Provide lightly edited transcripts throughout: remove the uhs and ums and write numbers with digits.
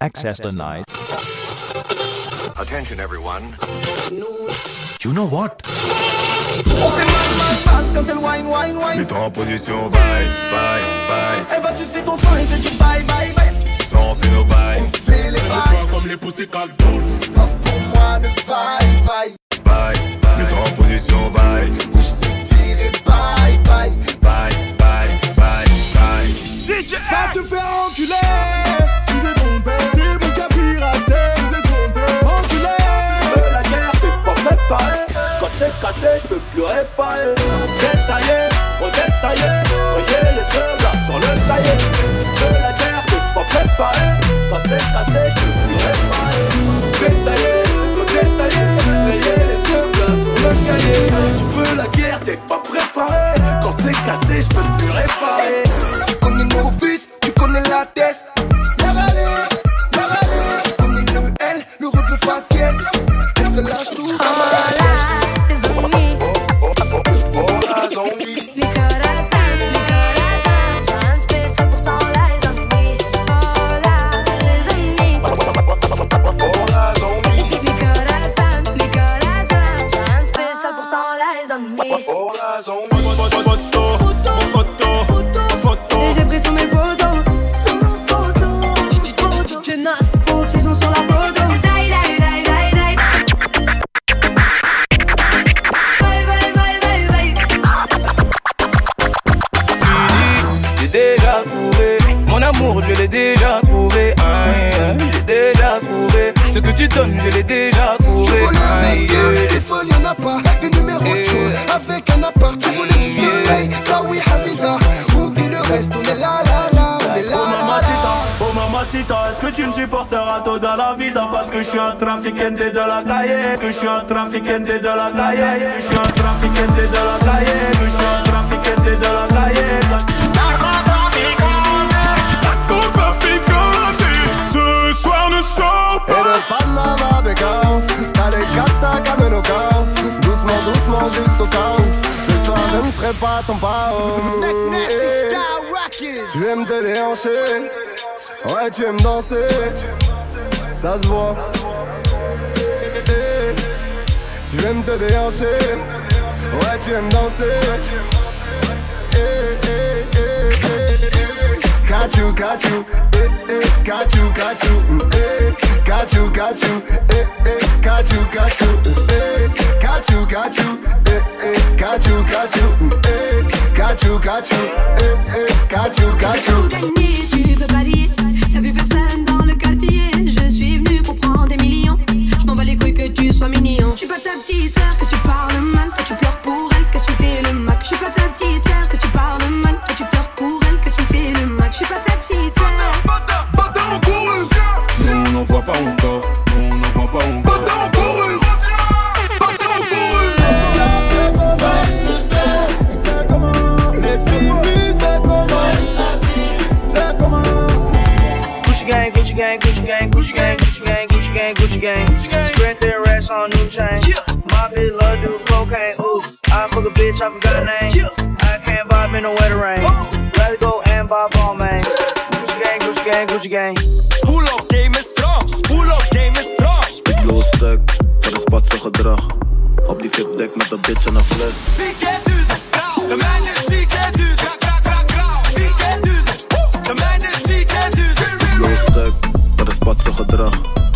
Access denied. Attention everyone. You know what? Quand elle wine, wine, wine. Mets-toi en position, bye, bye, bye. Elle va tuer ton sang et te dit bye, bye, bye. Sans on fait nos bails. On fait les bails. Comme les Pussycat Dolls. Danse pour moi, ne vaille, vaille. Bye, bye. Mets-toi en position, bye. Ou je te dirai bye, bye. Bye, bye, bye, bye. DJ, va te faire enculer. Tu t'es trompé. T'es mon cas piraté. Tu t'es trompé. Enculé. Tu veux la guerre, t'es pas préparé. Quand c'est cassé, je peux plus réparer. Détaillé, redétaillé. Voyez les œufs là sur le cahier. Tu veux la guerre, t'es pas préparé. Quand c'est cassé, je peux plus réparer. Détaillé, redétaillé. Voyez les œufs là sur le cahier. Tu veux la guerre, t'es pas préparé. Quand c'est cassé, je peux plus réparer. Tu connais nos fils, tu connais la tête. La vallée, tu connais le L, le rebeu faciès. Elle se lâche tout dans ma tête. Je l'ai déjà trouvé, j'ai déjà trouvé. Ce que tu donnes, je l'ai déjà trouvé. Tu voulais un mec de téléphone, y'en a pas. Des numéros de chaud, avec un appart. Tu voulais du soleil, ça oui, Hamida. Oublie le reste, on est là, là, là. On est là, Oh mamacita, est-ce que tu ne supporteras toda la vida? Parce que je suis un trafiquante de la calle. Que je suis un trafiquante de la calle. Que je suis un trafiquante de la calle. Que je suis un trafiquante de la calle. Ce soir ne sort pas. Et de Panama avec un, t'as les gata comme au cas. Doucement, doucement, juste au cas où. Ce soir je ne serai pas ton pao. Tu aimes te déhancher. Ouais, tu aimes danser. Ça se voit. Tu aimes te déhancher. Ouais, tu aimes danser. Got you, got you, got you, got you, got you, got you, got you, got you, got you, got you, got you, got you, got you, got you, got you, got you. Tout gagné, tu peux pas dire. Y'a plus personne dans le quartier. Je suis venu pour prendre des millions. Je m'en bats les couilles que tu sois mignon. Je suis pas ta petite sœur que tu parles mal, que tu pleures pour elle, que tu fais le mac. Je suis pas ta petite sœur que tu parles mal, que tu pleures pour elle, que tu fais le mac. Je suis pas ta petite sœur. Nous on n'en voit pas encore. Nous on n'en voit pas encore. Gucci gang, Gucci gang, Gucci gang, Gucci gang, Gucci gang, Gucci gang, Gucci gang. Sprint their racks on new chain. My bitch love do cocaine. Ooh, I fuck a bitch, I forgot her name. I can't vibe in the weather rain. Let's go and buy ball, man. Gucci gang, Gucci gang, Gucci gang. Pull up game is strong. Pull up game is strong. Ik wil stuk, dat is wat zijn gedrag. Op die VIP-deck met een bitch en een fles. Wie kent u de trouw? De mijne is wie kent u de trouw? Wie kent u de mijne is wie kent u de Ik wil stuk, dat is wat zijn gedrag.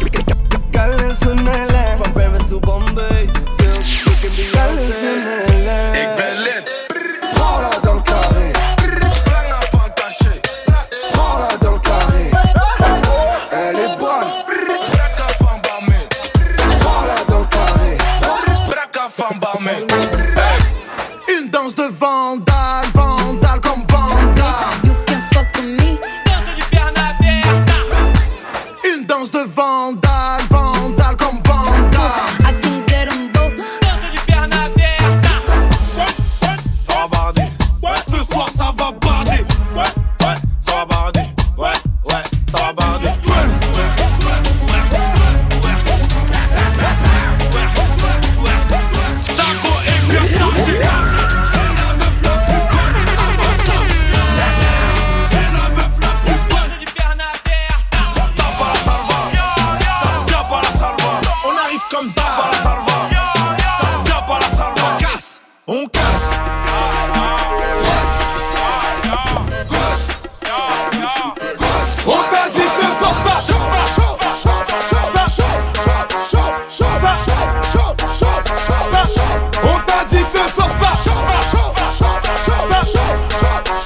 From Paris to Bombay. Ik ben lid. Prends-la dans le carré. Plein avant caché. Prends-la dans le carré. Elle est bonne. Brak avant barman. Prends-la dans le carré. Brak avant barman. Une danse de vandale, vandale comme vandale. You can fuck with me. Une danse de vandale, vandale comme vandale. I can get them both. Ça va barder. Ce soir ça va barder. Ça va barder. Ça va barder. Ça faut bien charger. C'est la meuf la plus bonne.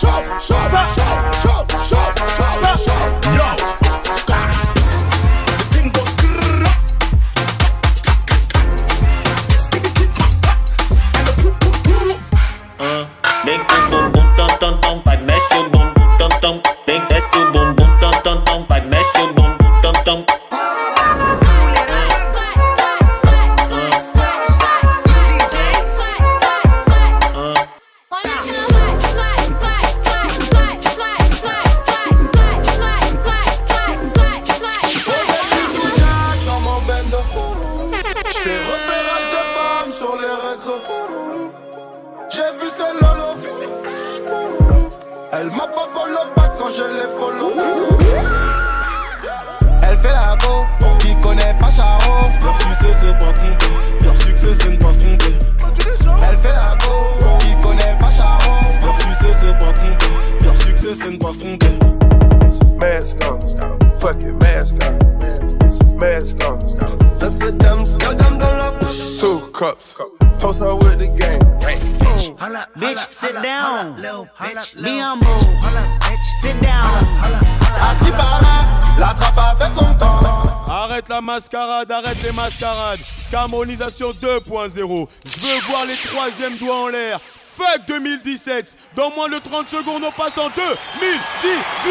Mascarade, arrête les mascarades. Camerounisation 2.0. Je veux voir les troisièmes doigts en l'air. Fuck 2017. Dans moins de 30 secondes, on passe en 2018.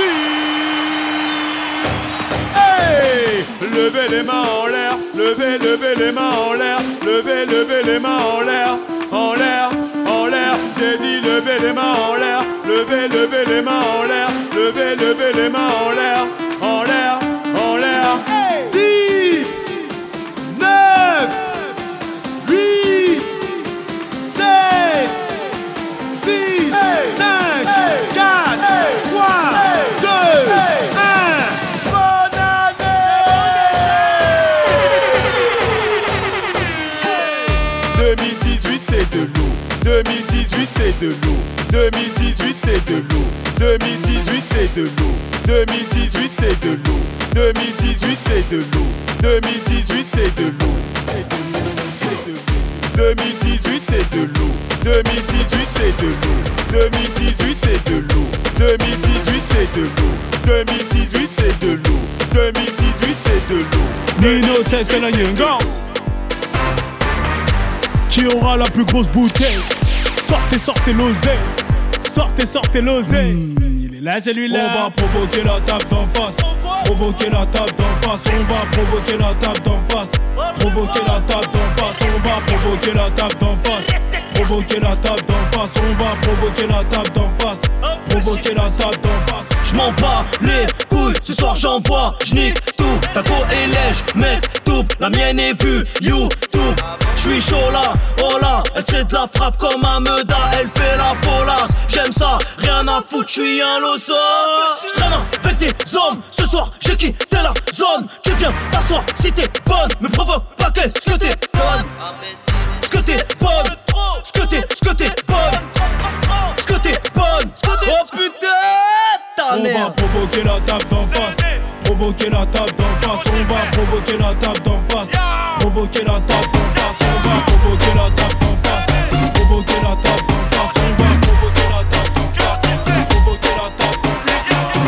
Hey! Levez les mains en l'air. Levez les mains en l'air. Levez les mains en l'air. En l'air, en l'air. J'ai dit levez les mains en l'air. Levez les mains en l'air. Levez les mains en l'air. En l'air, en l'air. 10, 9, 8, 7, 6, 5, 4, 3, 2, 1. Bonne année! 2018 c'est de l'eau. 2018 c'est de l'eau. 2018 c'est de l'eau. 2018 c'est de l'eau. 2018 c'est de l'eau. 2018 c'est de l'eau. 2018 c'est de l'eau. 2018 c'est de l'eau. 2018 c'est de l'eau. 2018 c'est de l'eau. 2018 c'est de l'eau. 2018 c'est de l'eau. 2018 c'est de l'eau. Nino c'est la Yungance. Qui aura la plus grosse bouteille? Sortez l'oseille. Sortez l'oseille. Il est là celui-là. On va provoquer la table d'en face. Provoquer la table d'en face. On va provoquer la table d'en face. Provoquer la table d'en face. On va provoquer la table d'en face. Provoquer la table d'en face. On va provoquer la table d'en face. Provoquer la table d'en face. J'm'en bats les couilles, ce soir j'envoie, j'nique tout. Ta go est lège, mec, tout. La mienne est vue, YouTube. J'suis chaud là, oh là. Elle sait de la frappe comme un meuda. Elle fait la folasse, j'aime ça, rien à foutre, j'suis un loso. J'traîne avec des hommes, ce soir j'ai quitté la zone. Tu viens t'asseoir si t'es bonne, me provoque pas qu'est-ce que t'es bonne. Ce que t'es bonne, ce que t'es bonne. Ce que t'es bonne, oh putain. On va provoquer la table d'en face. Provoquer la table d'en face. On va provoquer la table d'en face. Provoquer la table d'en face. On va provoquer la table d'en face. Provoquer la table d'en face. On va provoquer la table d'en face. Provoquer la table d'en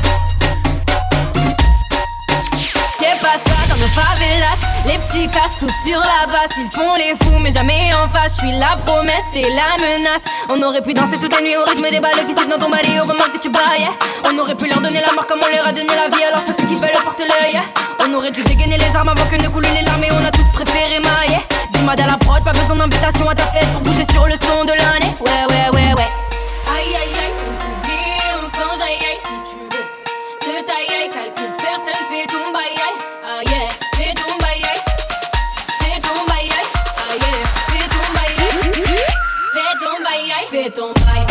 face. Qu'est pas ça dans nos favelas? Les petits cassent tous sur la basse. Ils font les fous mais jamais en face. Je suis la promesse, t'es la menace. On aurait pu danser toute la nuit au rythme des balles qui sifflent dans ton body au moment que tu baillais. On aurait pu leur donner la marque comme on leur a donné la vie. Alors fais ceux qui veulent porter l'œil. On aurait dû dégainer les armes avant que ne coulent les larmes. Et on a tous préféré mailler. Du mad à la prod, pas besoin d'invitation à ta fête pour bouger sur le son de l'année. Ouais. Aïe aïe aïe, on t'oublie, on change aïe aïe. Si tu veux te taille aïe, calcule personne, fais ton bail aïe. Ah yeah, fais ton bail aïe. Fais ton bail aïe. Ah yeah, fais ton bail aïe. Fais ton bail aïe. Fais ton bail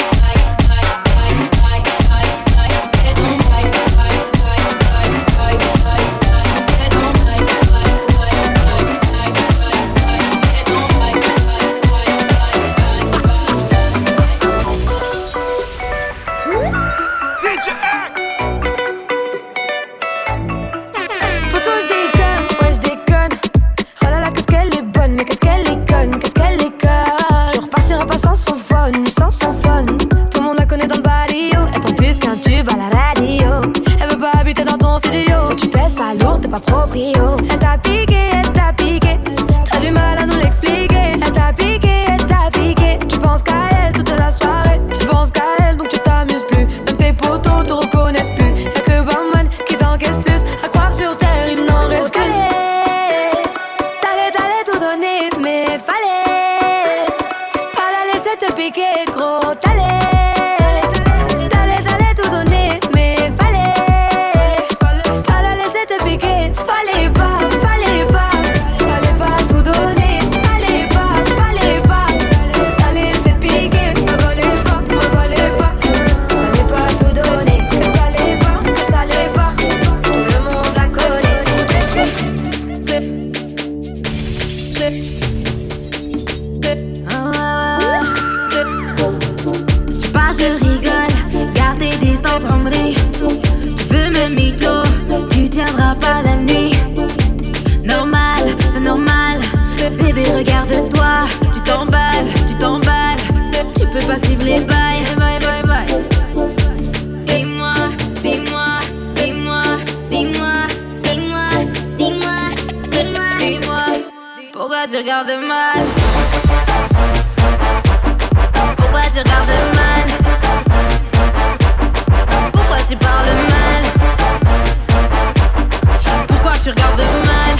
t'es pas proprio. Elle t'a piqué, t'as du mal à nous l'expliquer. Elle t'a piqué, tu penses qu'à elle toute la soirée. Tu penses qu'à elle donc tu t'amuses plus. Même tes potos te reconnaissent plus. Y'a que Bangman qui t'encaisse plus. À croire sur terre il n'en reste que T'allais tout donner mais fallait pas la laisser te piquer gros. T'allais tout donner mais fallait pas la laisser te piquer. Fallait pas tout donner. Fallait pas la laisser te piquer. Me fallait pas tout donner. Que ça l'est pas, tout le monde la connaît. Tu pars, je rigole, garde tes distances, André. Tu veux me mytho, tu tiendras pas la nuit. Normal, c'est normal. Bébé, regarde-toi, tu t'emballes. Tu peux pas suivre les bails. Dis-moi, pourquoi tu regardes mal? Pourquoi tu regardes mal? Pourquoi tu parles mal? Pourquoi tu regardes mal?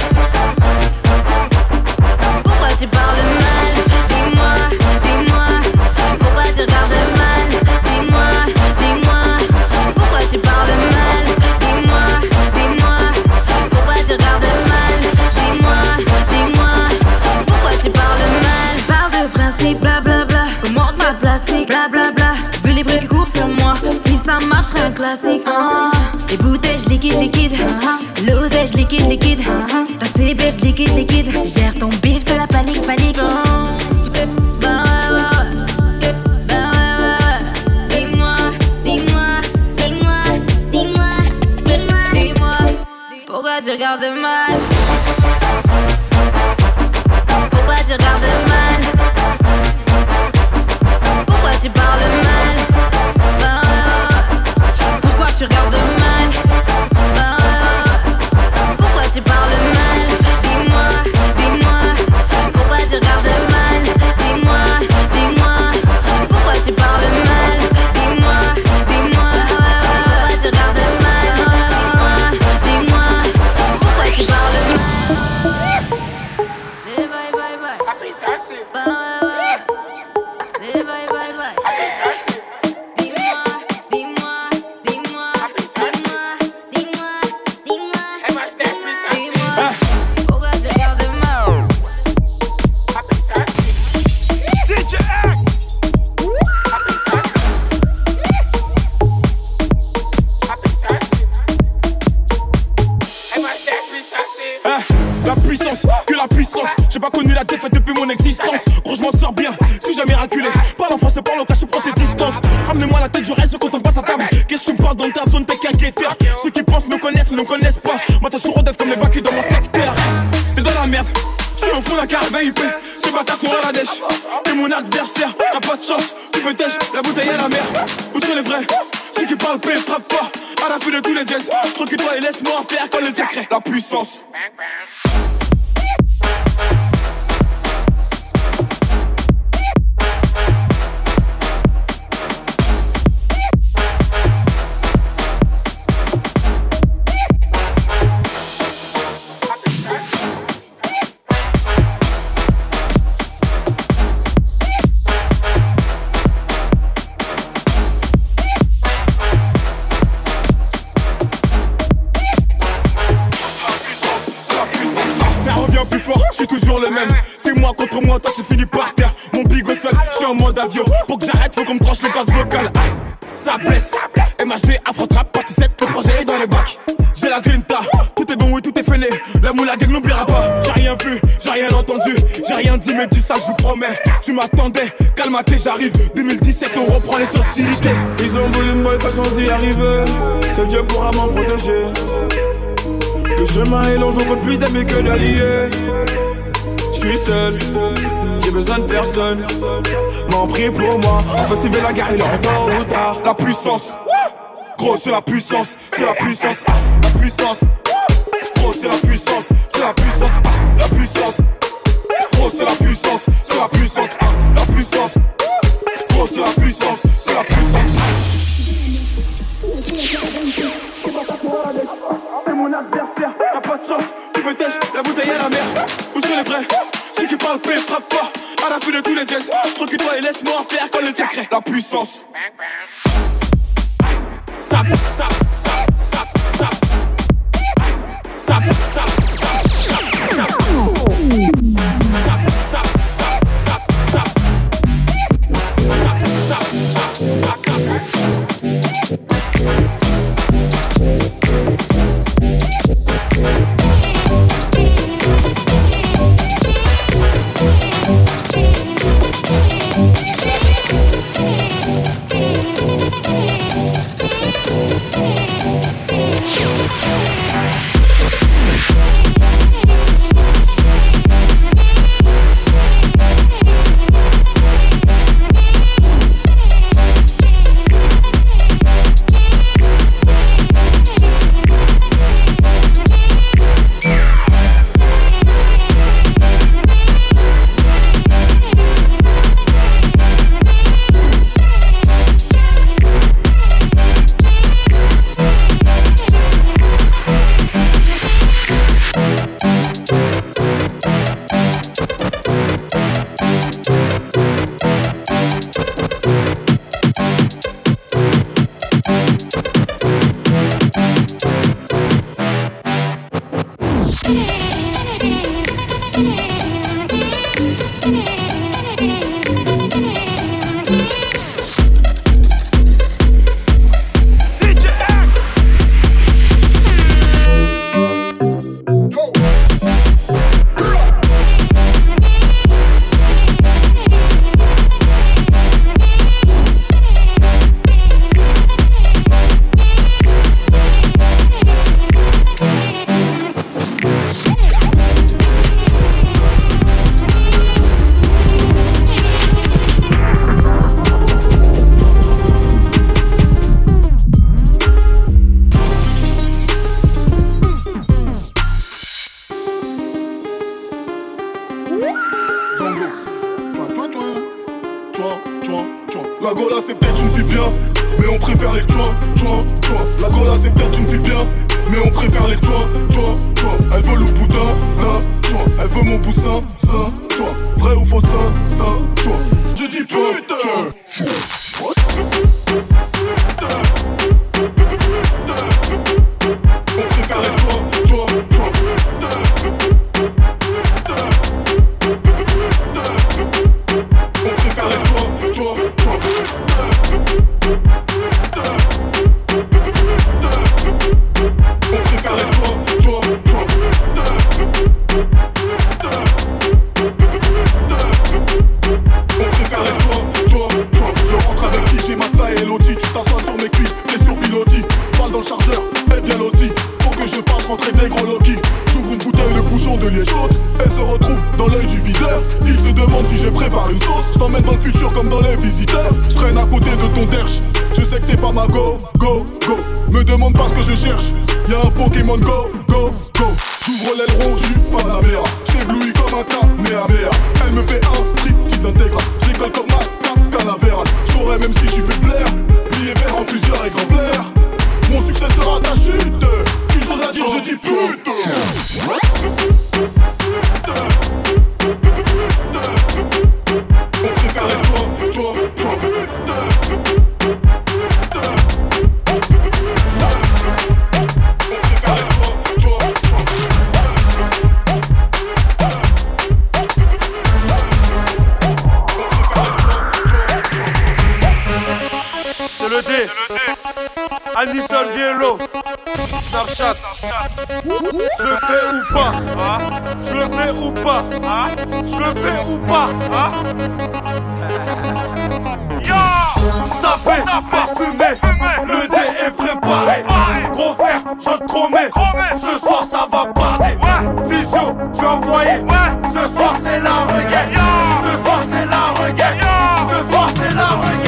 Pourquoi tu parles mal? Dis-moi, pourquoi tu regardes mal? Dis-moi, pourquoi tu parles mal? Dis-moi, pourquoi tu regardes mal? Dis-moi, pourquoi tu parles mal? Parle de principe, blablabla. Commente ma plastique, blablabla. Vu les bruits qui courent sur moi, si ça marche, serait un classique. Les bouteilles, je liquide. L'oseille, je liquide. Ta CB, je liquide. Gère ton bif, c'est la panique. Dis-moi, pourquoi tu regardes mal? Pourquoi tu regardes mal? Pourquoi tu parles mal? Pourquoi tu regardes mal? Pourquoi tu parles mal? Dis-moi, pourquoi tu regardes mal? Dis-moi, pourquoi tu parles mal? Dis-moi, pourquoi tu regardes mal? Dis-moi, pourquoi tu parles mal? La puissance, j'ai pas connu la défaite depuis mon existence. Gros, je m'en sors bien, suis jamais raculé. Parle en français, parle au cas, je prends tes distances. Ramenez-moi la tête, je reste quand on passe à table. Qu'est-ce que tu me parles dans ta zone, t'es qu'un guetteur. Ceux qui pensent me connaissent, ne me connaissent pas. Moi, t'as toujours rodef comme les bacs dans mon secteur. T'es dans la merde, je suis au fond d'un caravane IP. Ce bâtard sont à la dèche. T'es mon adversaire, t'as pas de chance. Tu peux tèche, la bouteille à la mer. Où sont les vrais? Ceux qui parlent paix, frappe pas. À la fin de tous les jazz, tranquille-toi et laisse-moi faire comme le secret. La puissance. Je suis toujours le même, c'est moi contre moi, toi tu finis par terre. Mon big au sol, je suis en mode avion. Pour que j'arrête, faut qu'on me tranche le gaz vocal. Ça blesse, MHD, Afro-Trap, partie 7, le projet est dans les bacs. J'ai la grinta, tout est bon, oui, tout est fêlé. La moule à gang n'oubliera pas. J'ai rien vu, j'ai rien entendu, j'ai rien dit, mais du ça, je vous promets. Tu m'attendais, calme-toi, j'arrive. 2017, on reprend les sociétés. Ils ont voulu me boycotter sans y arriver. Seul Dieu pourra m'en protéger. Le chemin est long, j'en compte plus d'amis que d'alliés. J'suis seul, j'ai besoin de personne. M'en prie pour moi, enfin s'il veut la guerre, il est en tôt ou tard. La puissance, gros c'est la puissance, c'est la puissance, la puissance. Gros c'est la puissance, c'est la puissance, la puissance. Gros c'est la puissance, c'est la puissance, la puissance. Gros c'est la puissance, c'est la puissance. C'est mon adversaire, t'as pas de chance. Tu me tèches, la bouteille à la mer. Où sont les vrais? Si tu parles paix, frappe pas. À la vue de tous les jazz. Tranquille-toi et laisse-moi faire comme le secret. La puissance. Ça tape, ça tape. Ça tape, ça tape. La Gola c'est peut-être une fille bien, mais on préfère les joints. La Gola c'est peut-être une fille bien, mais on préfère les joints. Elle veut le boudin, elle veut mon poussin, vrai ou faux, je dis putain. On préfère les joints. Pokémon Go. J'ouvre l'aileron du Panamera. J'éblouis comme un Kamehameha. Elle me fait un striptease d'intégral. J'école comme ma Calavera. J'aurais même si je suis fait plaire. Billet vert en plusieurs exemplaires. Mon succès sera ta chute. Une chose à dire, je dis putain. On préfère les joints. Anisol Vielo, Snapchat. Je le fais ou pas? Je le fais ou pas? Je le fais ou pas? Sapé, parfumé, le dé est préparé. Gros frère, je te promets, ce soir ça va parler. Visio, je vais envoyer. Ce soir c'est la reggae. Ce soir c'est la reggae. Ce soir c'est la reggae.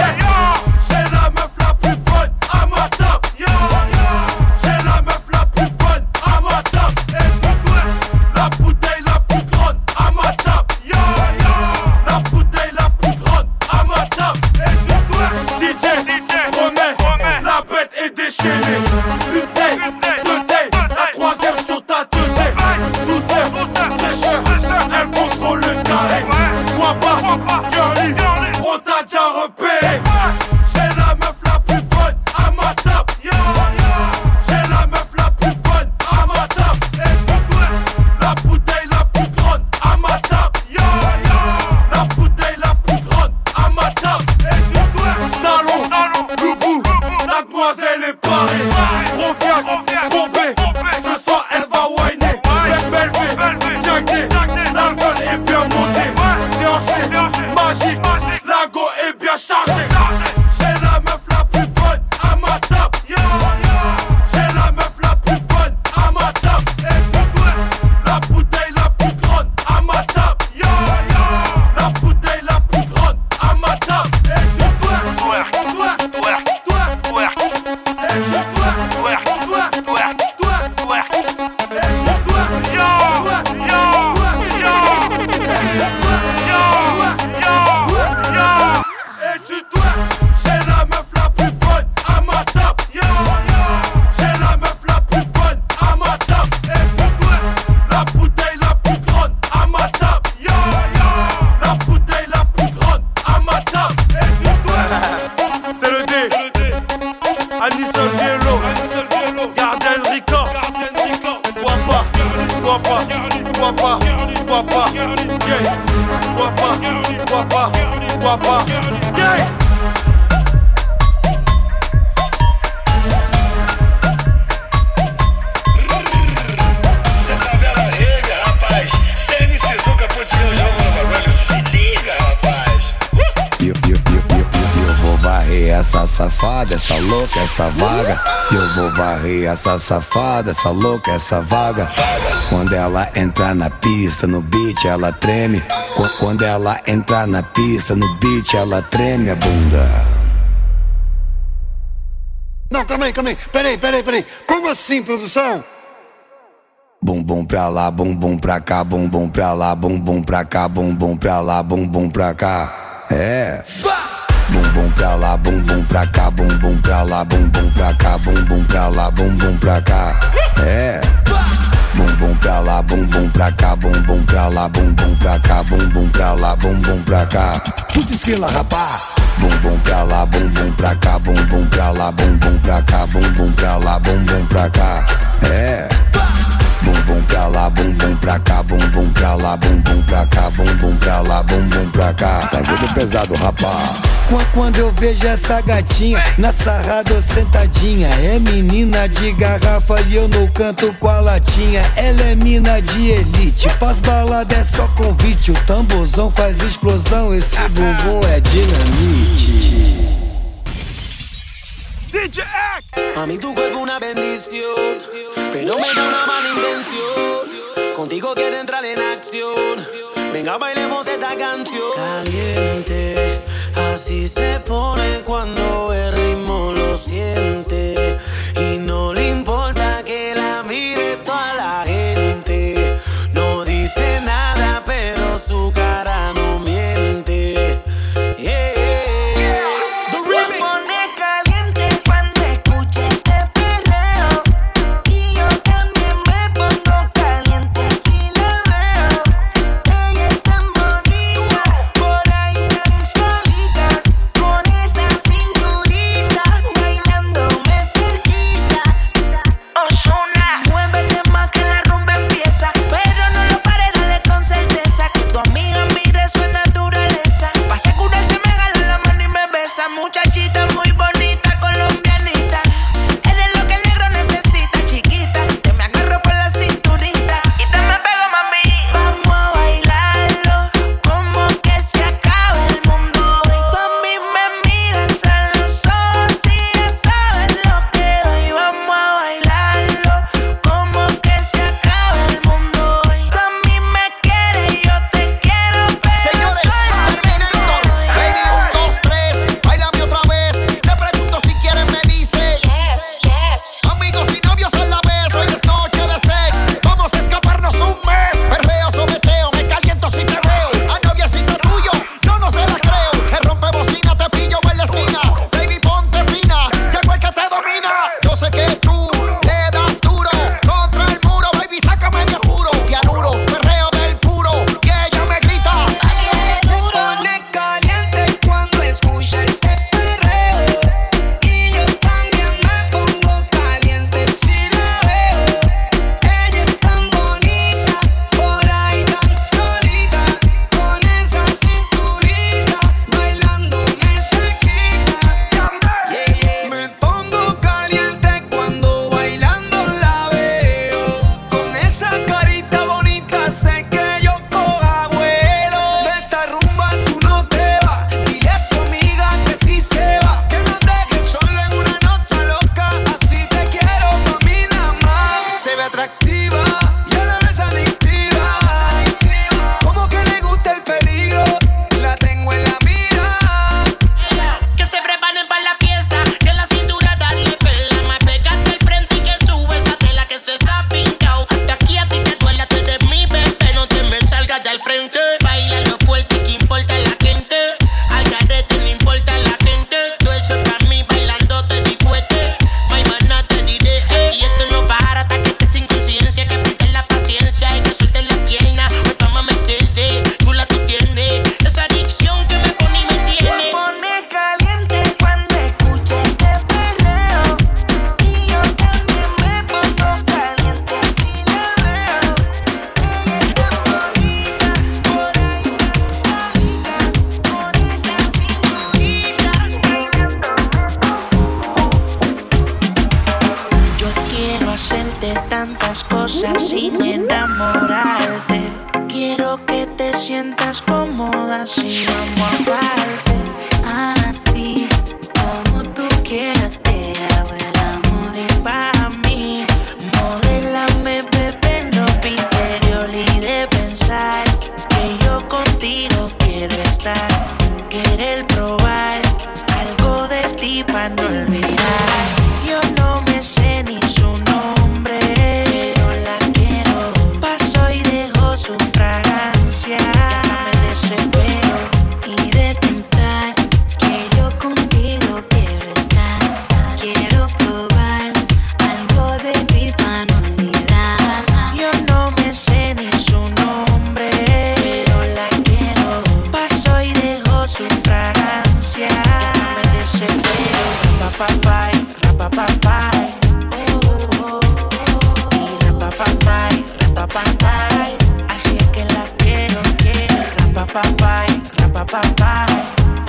J'ai la meuf la plus bonne à ma table. rapa. Essa safada, essa louca, essa vaga. Eu vou varrer essa safada, essa louca, essa vaga. Quando ela entrar na pista, no beat ela treme. Quando ela entrar na pista, no beat ela treme a bunda. Não, calma aí. Peraí. Como assim, produção? Bumbum pra lá, bumbum pra cá, bumbum pra lá, bumbum pra cá, bumbum pra lá, bumbum pra cá. É. Bumbum pra lá, bumbum pra cá, bumbum pra lá, bumbum pra cá, bumbum pra lá, bumbum pra cá. É. Bumbum pra lá, bumbum pra cá, bumbum pra lá, bumbum pra cá, bumbum pra lá, bumbum pra cá. Puta esquila, rapá. Bumbum pra lá, bumbum pra cá, bumbum pra lá, bumbum pra cá, bumbum pra lá, bumbum pra cá. É. Bumbum pra lá, bumbum pra cá, bumbum pra lá, bumbum pra cá, bumbum pra lá, bumbum pra cá. Tá tudo pesado, rapaz. Quando eu vejo essa gatinha na sarrada ou sentadinha, é menina de garrafa e eu no canto com a latinha. Ela é mina de elite, pras baladas é só convite. O tamborzão faz explosão, esse bumbum é dinamite. DJ X. A mí tu cuerpo una bendición, pero me da una mala intención. Contigo quiero entrar en acción. Venga, bailemos esta canción. Caliente, así se pone cuando el ritmo lo siente. Y no le importa que la mire toda la gente. No dice nada, pero su cara no miente. Yeah. Bailando cosas sin enamorarte. Quiero que te sientas cómoda si vamos aparte. Así como tú quieras te hago el amor. Y pa' mí, modélame, bebé, en ropa interior y de pensar que yo contigo quiero estar. Querer probar algo de ti pa' no olvidar. Yo no me sé ni su nombre, pero la quiero. Paso y dejo su fragancia. Ya me desespero. Y de pensar que yo contigo quiero estar. Quiero probar algo de ti pa' no olvidar. Yo no me sé ni su nombre, pero la quiero. Paso y dejo su fragancia. Ya me desespero. Rapapapay, rapapapay. Y rapapapay, rapapapay. Así es que la quiero, quiero. Rapapapay, rapapapay.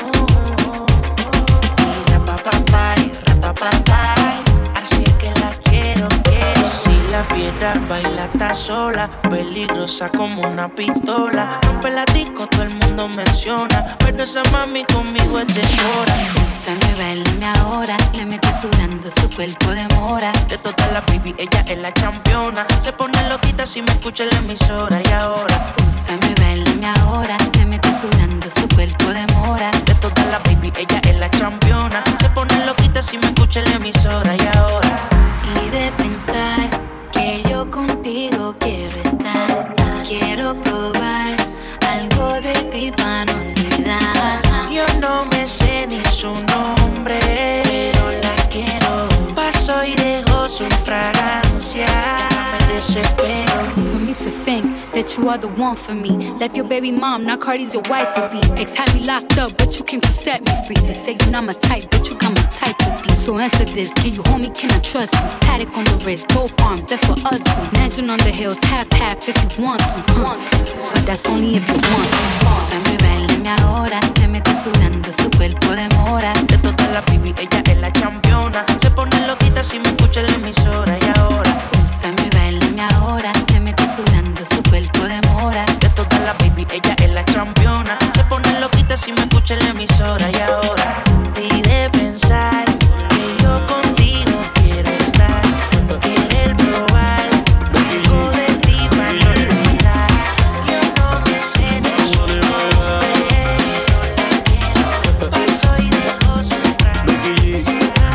Y rapapapay, rapapapay. Así es que la quiero, quiero. Si la viera baila está sola, peligrosa como una pistola. Rompe la disco, todo el mundo menciona, pero esa mami conmigo es de hora. Úsame, bailame ahora, le metí sudando su cuerpo de mora. De todas las baby, ella es la campeona. Se pone loquita si me escucha en la emisora. Y ahora, úsame, bailame ahora, le metí sudando su cuerpo de mora. de todas las baby, ella es la campeona. Se pone loquita si me escucha en la emisora. Y ahora, Y de pensar que yo contigo quiero estar. Quiero probar algo de ti pa' no olvidar. yo no me sé ni su nombre, pero la quiero. Paso y dejo su fragancia. Me desespero. For me to think that you are the one for me. Left your baby mom, now Cardi's your wife to be. Ex had me locked up, but you came to set me free. They say you're not my type, but you got my type to be. So answer this, can you hold me, can I trust you? Paddock on the wrist, both arms, that's what us do. Mansion on the hills, half if you want to. But that's only if you want to. Úsame, bailame ahora, te metes sudando su cuerpo de mora. De todas las baby, ella es la campeona. Se pone loquita si me escucha en la emisora. Y ahora, Úsame, bailame ahora, te metes sudando su cuerpo de mora. de todas las baby, ella es la campeona. Se pone loquita si me escucha en la emisora. Y ahora, y de pensar que yo contigo quiero estar. Querer probar algo de ti para no olvidar. Yo no me sé ni su nombre, pero la quiero. Paso y dejo su fragancia.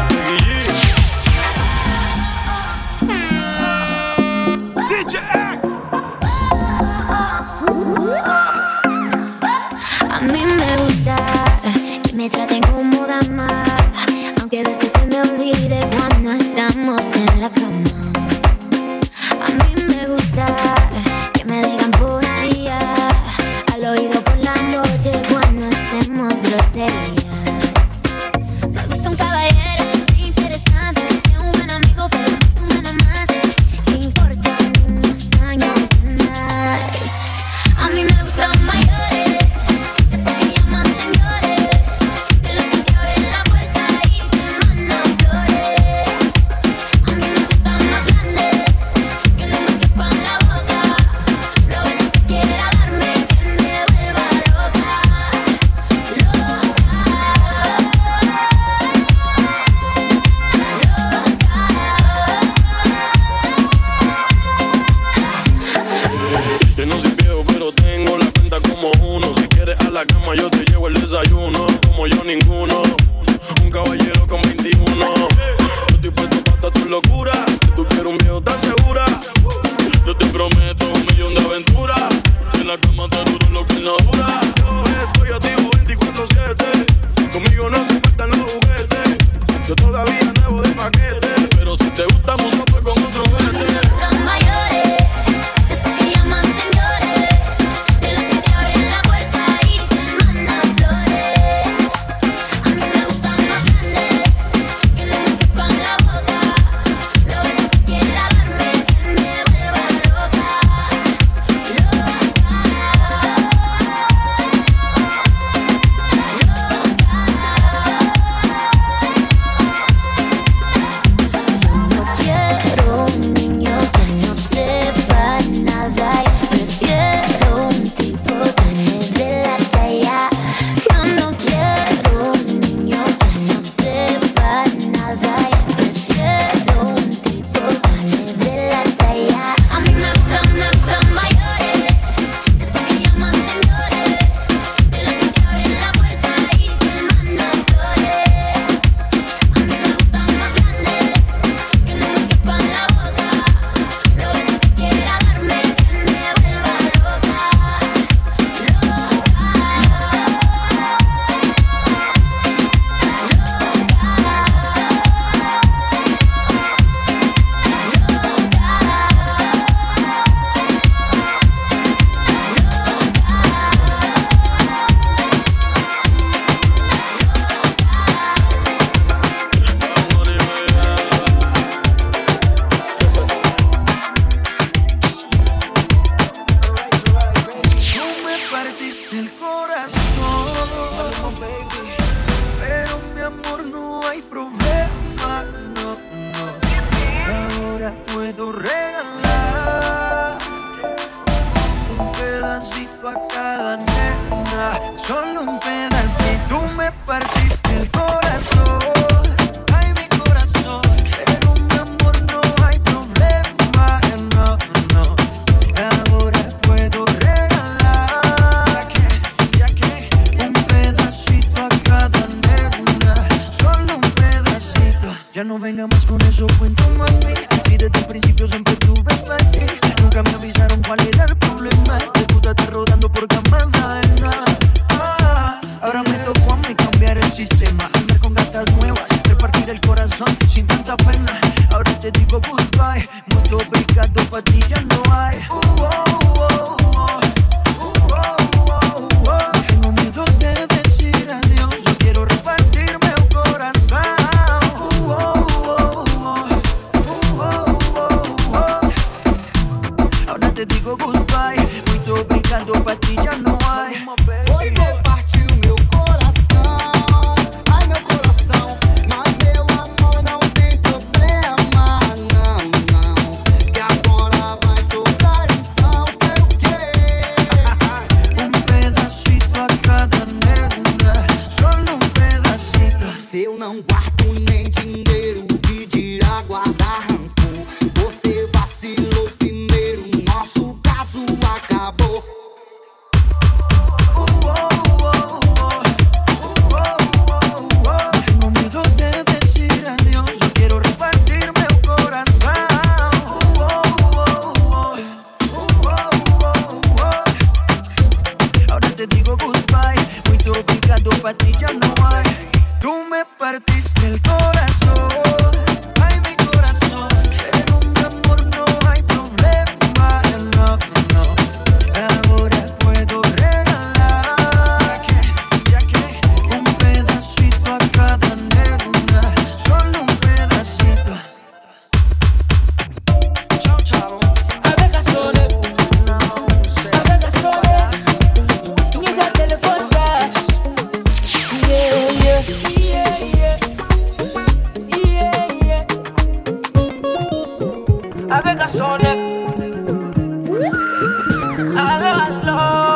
A mí me gusta que me traten como dama, aunque a veces se me olvide cuando estamos en la cama. A mí me gusta que me digan poesía al oído por la noche cuando hacemos groserías. Me gusta un caballero interesante, que sea un buen amigo pero no es un buen amante, que importa unos años más. A mí me gustan mayores, que se que llaman señores, que los que te abren la puerta y te mandan flores. A mí me gustan más grandes, que no me quepan la boca, los besos que quiera darme, que me vuelva loca, Que no soy viejo, pero tengo la cuenta como uno. Si quieres a la cama, yo te llevo el desayuno. Como yo, ninguno. Un caballero con 21. Yo estoy puesto para tu locura. Si tú quieres un viejo, ¿estás segura? Yo te prometo 1.000.000 de aventuras. En la cama te duro lo que no dura. Yo estoy activo 24/7. Conmigo no se faltan los juguetes. Yo todavía nuevo de paquete. Pero si te gusta mucho, pues con otro vete. mayores, que se que llaman señores, que los que te abren la puerta y te mandan flores. A mí me gustan más grandes, que no me quepan la boca, los besos que quiera darme, que me vuelva loca, loca. Ya no venga más con esos cuentos, mami. Si desde el principio siempre tuve fe, nunca me avisaron cuál era el problema. Que tú te estás rodando por camas ajenas. Ahora me tocó a mí cambiar el sistema, andar con gatas nuevas, repartir el corazón sin tanta pena. Ahora te digo goodbye, mucho obrigado, pa' ti ya no hay. No tengo miedo de decir adiós, yo quiero repartirme un corazón. Ahora te digo goodbye, mucho obrigado, pa' ti ya no hay. Você partiu meu coração, ai meu coração. Mas meu amor não tem problema, não, não. Que agora vai sobrar então o quê? Pedacito a cada nena, solo pedacito. Se eu não guardo nem dinheiro, que dirá guardar rancor? Você vacilou primeiro, nosso caso acabou. Tengo miedo de decir adiós, yo quiero repartirme un corazón. Ahora te digo goodbye, muy obrigado, pa' ti ya no hay. Tú me partiste el corazón, ay mi corazón. Pero mi amor no hay problema, no, no. Ahora puedo regalar un pedacito a cada nena, solo un pedacito. Ciao ciao. Avec un sonnet, avec un sonnet, you got telephone flash. Yeah, yeah, yeah, yeah, yeah, yeah. Avec un sonnet. Allo, allo.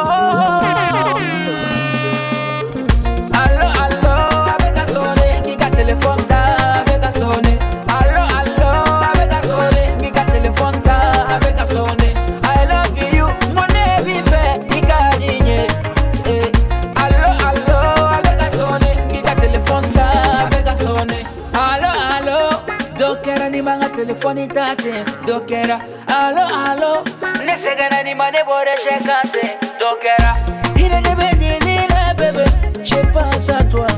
Allo, allo, avec un sonnet, qui got téléphone ta, avec un sonnet. Allo, allo, avec un sonnet, qui got téléphone ta, avec un sonnet. I love you, mon vie fait, qui got digné. Allo, allo, avec un sonnet, qui got téléphone ta, avec un sonnet. Allo, allo, dokera ni manga telefoni tate, dokera. Allo, allo, ne segana ni mane bore chekate, dokera. Il est de bédine, bébé, je pense à toi.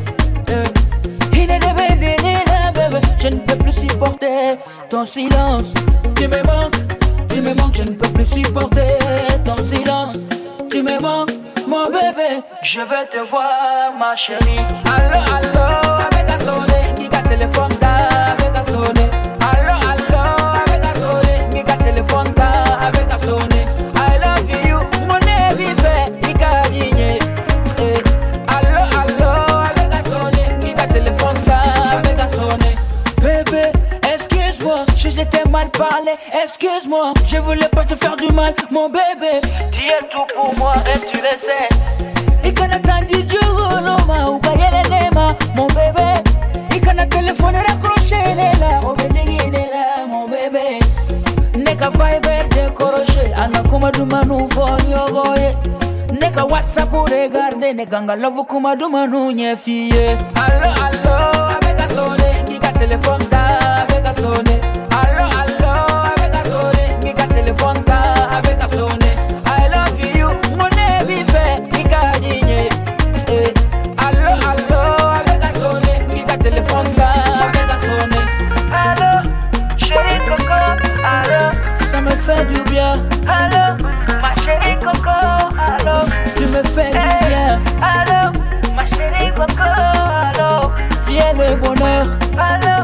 Il est de bédine, bébé, je ne peux plus supporter ton silence. Tu me manques, je ne peux plus supporter ton silence. Tu me manques, mon bébé, je vais te voir, ma chérie. Allo, allo, avec un sonnet, qui got téléphone ta, avec un sonnet. Allo, allo, avec un sonnet, qui got téléphone ta, avec un sonnet. I love you, mon vie fait, qui got digné. Allo, allo, avec un sonnet, qui got téléphone ta, avec un sonnet. Bébé, excuse-moi, j'étais mal parlé, excuse-moi, je voulais pas te faire du mal, mon bébé. Tu es tout pour moi et tu le sais. Et quand attendu du roulement, ou gagne les nema, mon bébé. Et quand le téléphone raccroché, là, mon bébé, là, mon bébé. Neka vibe décroché, anga kuma duma nu phone yogoye. Neka WhatsApp ou regarder, neka nga love kuma duma nu nyefie. Allo, allo, avec un sonnet, qui got téléphone ta, avec un sonnet. Allo, allo, avec un sonnet, qui got téléphone ta, avec un sonnet. I love you, mon vie fait, qui got digné. Allo, allo, avec un sonnet, qui got téléphone ta, avec un sonnet. Allo, chérie coco, allo, ça me fait du bien. Allo, ma chérie coco, allo, tu me fais du bien. Allo, ma chérie coco, allo, tu es le bonheur. Allo,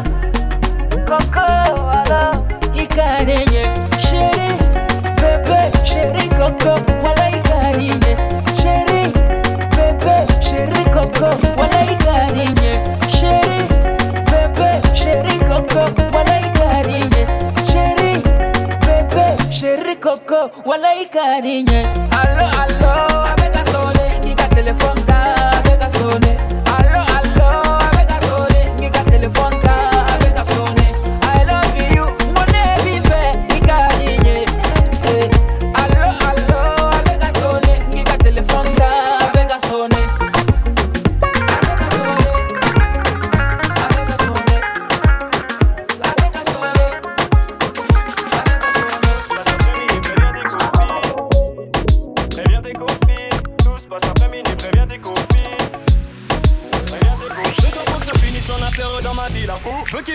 coco, allo, ikarenye, chérie, bébé, chérie coco, voilà ikarenye, chérie, bébé, chérie coco, voilà ikarenye, chérie, bébé, chérie coco, voilà ikarenye, chérie, bébé, chérie coco, voilà ikarenye. Allo, allo, avec un sonnet, qui got téléphone ta, avec un sonnet. Allo, allo, avec un sonnet, qui got téléphone ta, avec un sonnet. I love you, mon vie fait, qui got digné. Allo, allo, avec un sonnet, qui got téléphone ta, avec un sonnet. Avec un sonnet, avec un sonnet.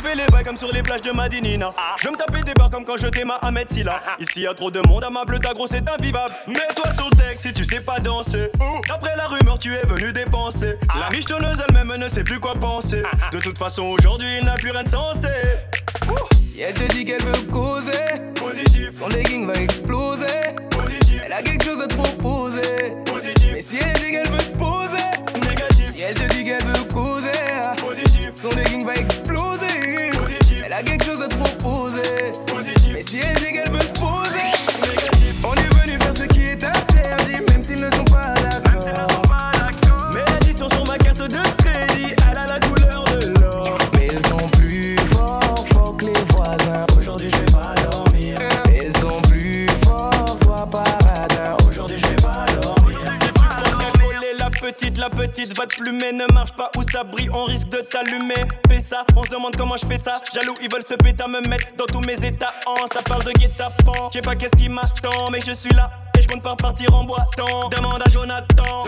fais les bails comme sur les plages de Madinina. Je me taper des barres comme quand je t'aimais à Ahmed Silla. Ici y'a trop de monde, amable, ta grosse est invivable. Mets-toi sur le texte si tu sais pas danser. D'après la rumeur, tu es venu dépenser. La michetonneuse elle-même ne sait plus quoi penser. De toute façon, aujourd'hui, il n'a plus rien de sensé. Si elle te dit qu'elle veut causer, positif. Son legging va exploser, positif. Elle a quelque chose à te proposer, positif. Mais si elle dit qu'elle veut se poser, négatif. Si elle te dit qu'elle veut causer, positif. Son legging va exploser, positif. Elle a quelque chose à te proposer, positif. Mais si elle dit qu'elle veut se poser, négatif. On est venu faire ce qui est interdit, même s'ils ne sont pas d'accord. Mais l'addition sur ma carte de crédit, elle a la couleur de l'or. Mais ils sont plus forts que les voisins. Aujourd'hui je vais pas dormir. Ils sont plus forts, sois paradin. Aujourd'hui je vais pas dormir. Si tu penses qu'à coller la petite va te plumer. Ne marche pas où ça brille, on risque de t'allumer. Pessa, on se demande comment je fais ça. Jaloux, ils veulent se péter à me mettre dans tous mes états. Ça parle de guet-apens, je sais pas qu'est-ce qui m'attend. Mais je suis là et je compte pas repartir en boitant. Demande à Jonathan.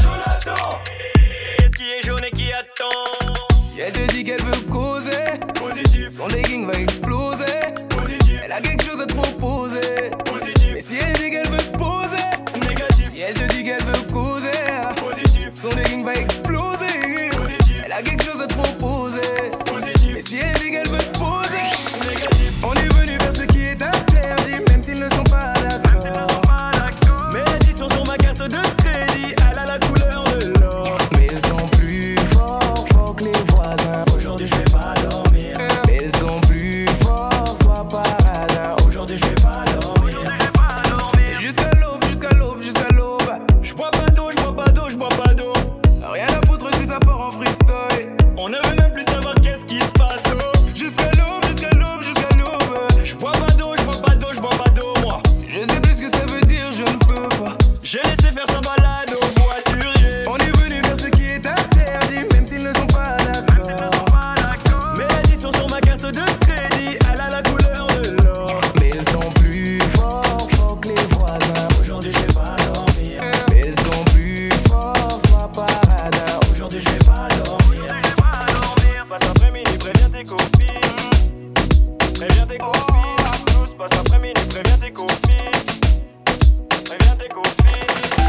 Qu'est-ce qui est jaune et qui attend? Si elle te dit qu'elle veut causer, positif. Son legging va exploser, positif. Elle a quelque chose à te proposer, positif. Mais si elle dit qu'elle veut se poser, négatif. Si elle te dit qu'elle veut causer, positif. Son legging va exploser, positif. Elle a quelque chose à te proposer, positif. Mais si elle dit qu'elle veut se poser, négatif. On est venu faire ce qui est interdit, même s'ils ne sont pas d'accord. Mais l'addition sur ma carte de crédit, elle a la couleur de l'or. Mais ils sont plus forts que les voisins. Aujourd'hui je vais pas dormir. Mais ils sont plus forts, sois paradin. Aujourd'hui je vais pas dormir. Jusqu'à l'aube, jusqu'à l'aube, jusqu'à l'aube. Je bois pas d'eau, je bois pas d'eau, je bois pas d'eau. Rien à foutre si ça part en freestyle. On ne veut même plus savoir qu'est-ce qui se passe. Jusqu'à l'aube, jusqu'à l'aube, jusqu'à l'aube. Je bois pas d'eau, je bois pas d'eau, je bois pas d'eau, moi. Je sais plus ce que ça veut dire, je ne peux pas. J'ai laissé faire sa balade au voiturier. On est venu faire ce qui est interdit, même s'ils ne sont pas d'accord. Mais l'addition sur ma carte de crédit, elle a la couleur de l'or. Mais ils sont plus forts que les voisins. Aujourd'hui je vais pas dormir. Mais ils sont plus forts, sois paradin. Aujourd'hui je vais pas dormir. Passe après-midi, préviens tes copines. Préviens tes copines. Tous passe après-midi, préviens tes copines. Préviens tes copines.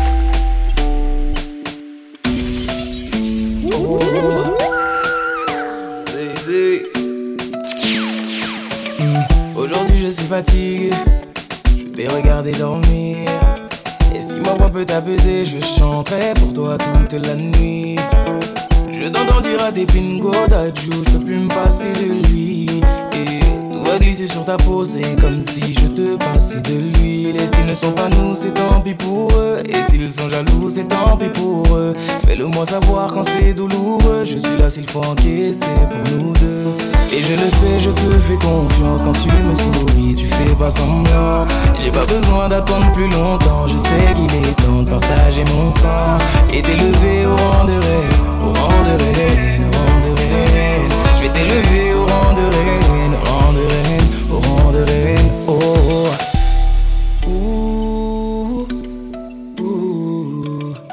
Aujourd'hui je suis fatigué, je vais regarder dormir. Et si ma voix peut t'apaiser, je chanterai pour toi toute la nuit. Je t'entends dire à tes pingos d'adjou, je peux plus me passer de lui. Et tout va glisser sur ta peau, c'est comme si je te passais de l'huile. Et s'ils ne sont pas nous, c'est tant pis pour eux. Et s'ils sont jaloux, c'est tant pis pour eux. Fais-le moi savoir quand c'est douloureux. Je suis là s'il faut encaisser pour nous deux. Et je le sais, je te fais confiance. Quand tu me souris, tu fais pas semblant. J'ai pas besoin d'attendre plus longtemps. Je sais qu'il est temps de partager mon sang et t'élever au rang de reine, au rang de reine, au rang de reine. Je vais t'élever au rang de reine, au rang de reine, au rang de reine. Oh, oh. Ouh, ouh.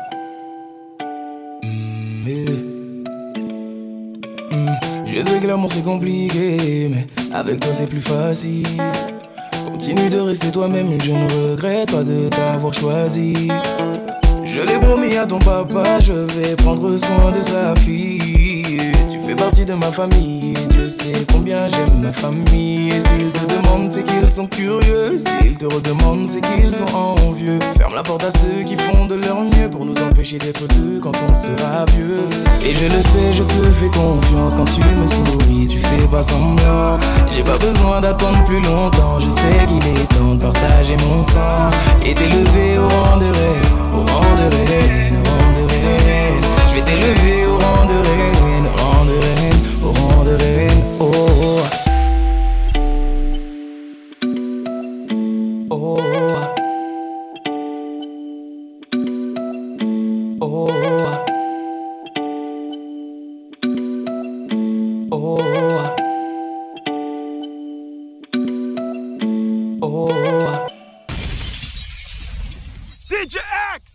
Je sais que l'amour c'est compliqué, mais avec toi c'est plus facile. Continue de rester toi-même, je ne regrette pas de t'avoir choisi. Je l'ai promis à ton papa, je vais prendre soin de sa fille. Tu fais partie de ma famille, Dieu sait combien j'aime ma famille. Et s'ils te demandent, c'est qu'ils sont curieux. S'ils te redemandent, c'est qu'ils sont envieux. Ferme la porte à ceux qui font de leur mieux pour nous empêcher d'être deux quand on sera vieux. Et je le sais, je te fais confiance. Quand tu me souris, tu fais pas semblant. J'ai pas besoin d'attendre plus longtemps. Je sais qu'il est temps de partager mon sang et t'élever au rang de reine, au rang de reine, au rang de reine. Je vais t'élever au rang de reine, au rang de reine, au rang de reine. Oh, oh, oh, oh, oh, oh. DJ X!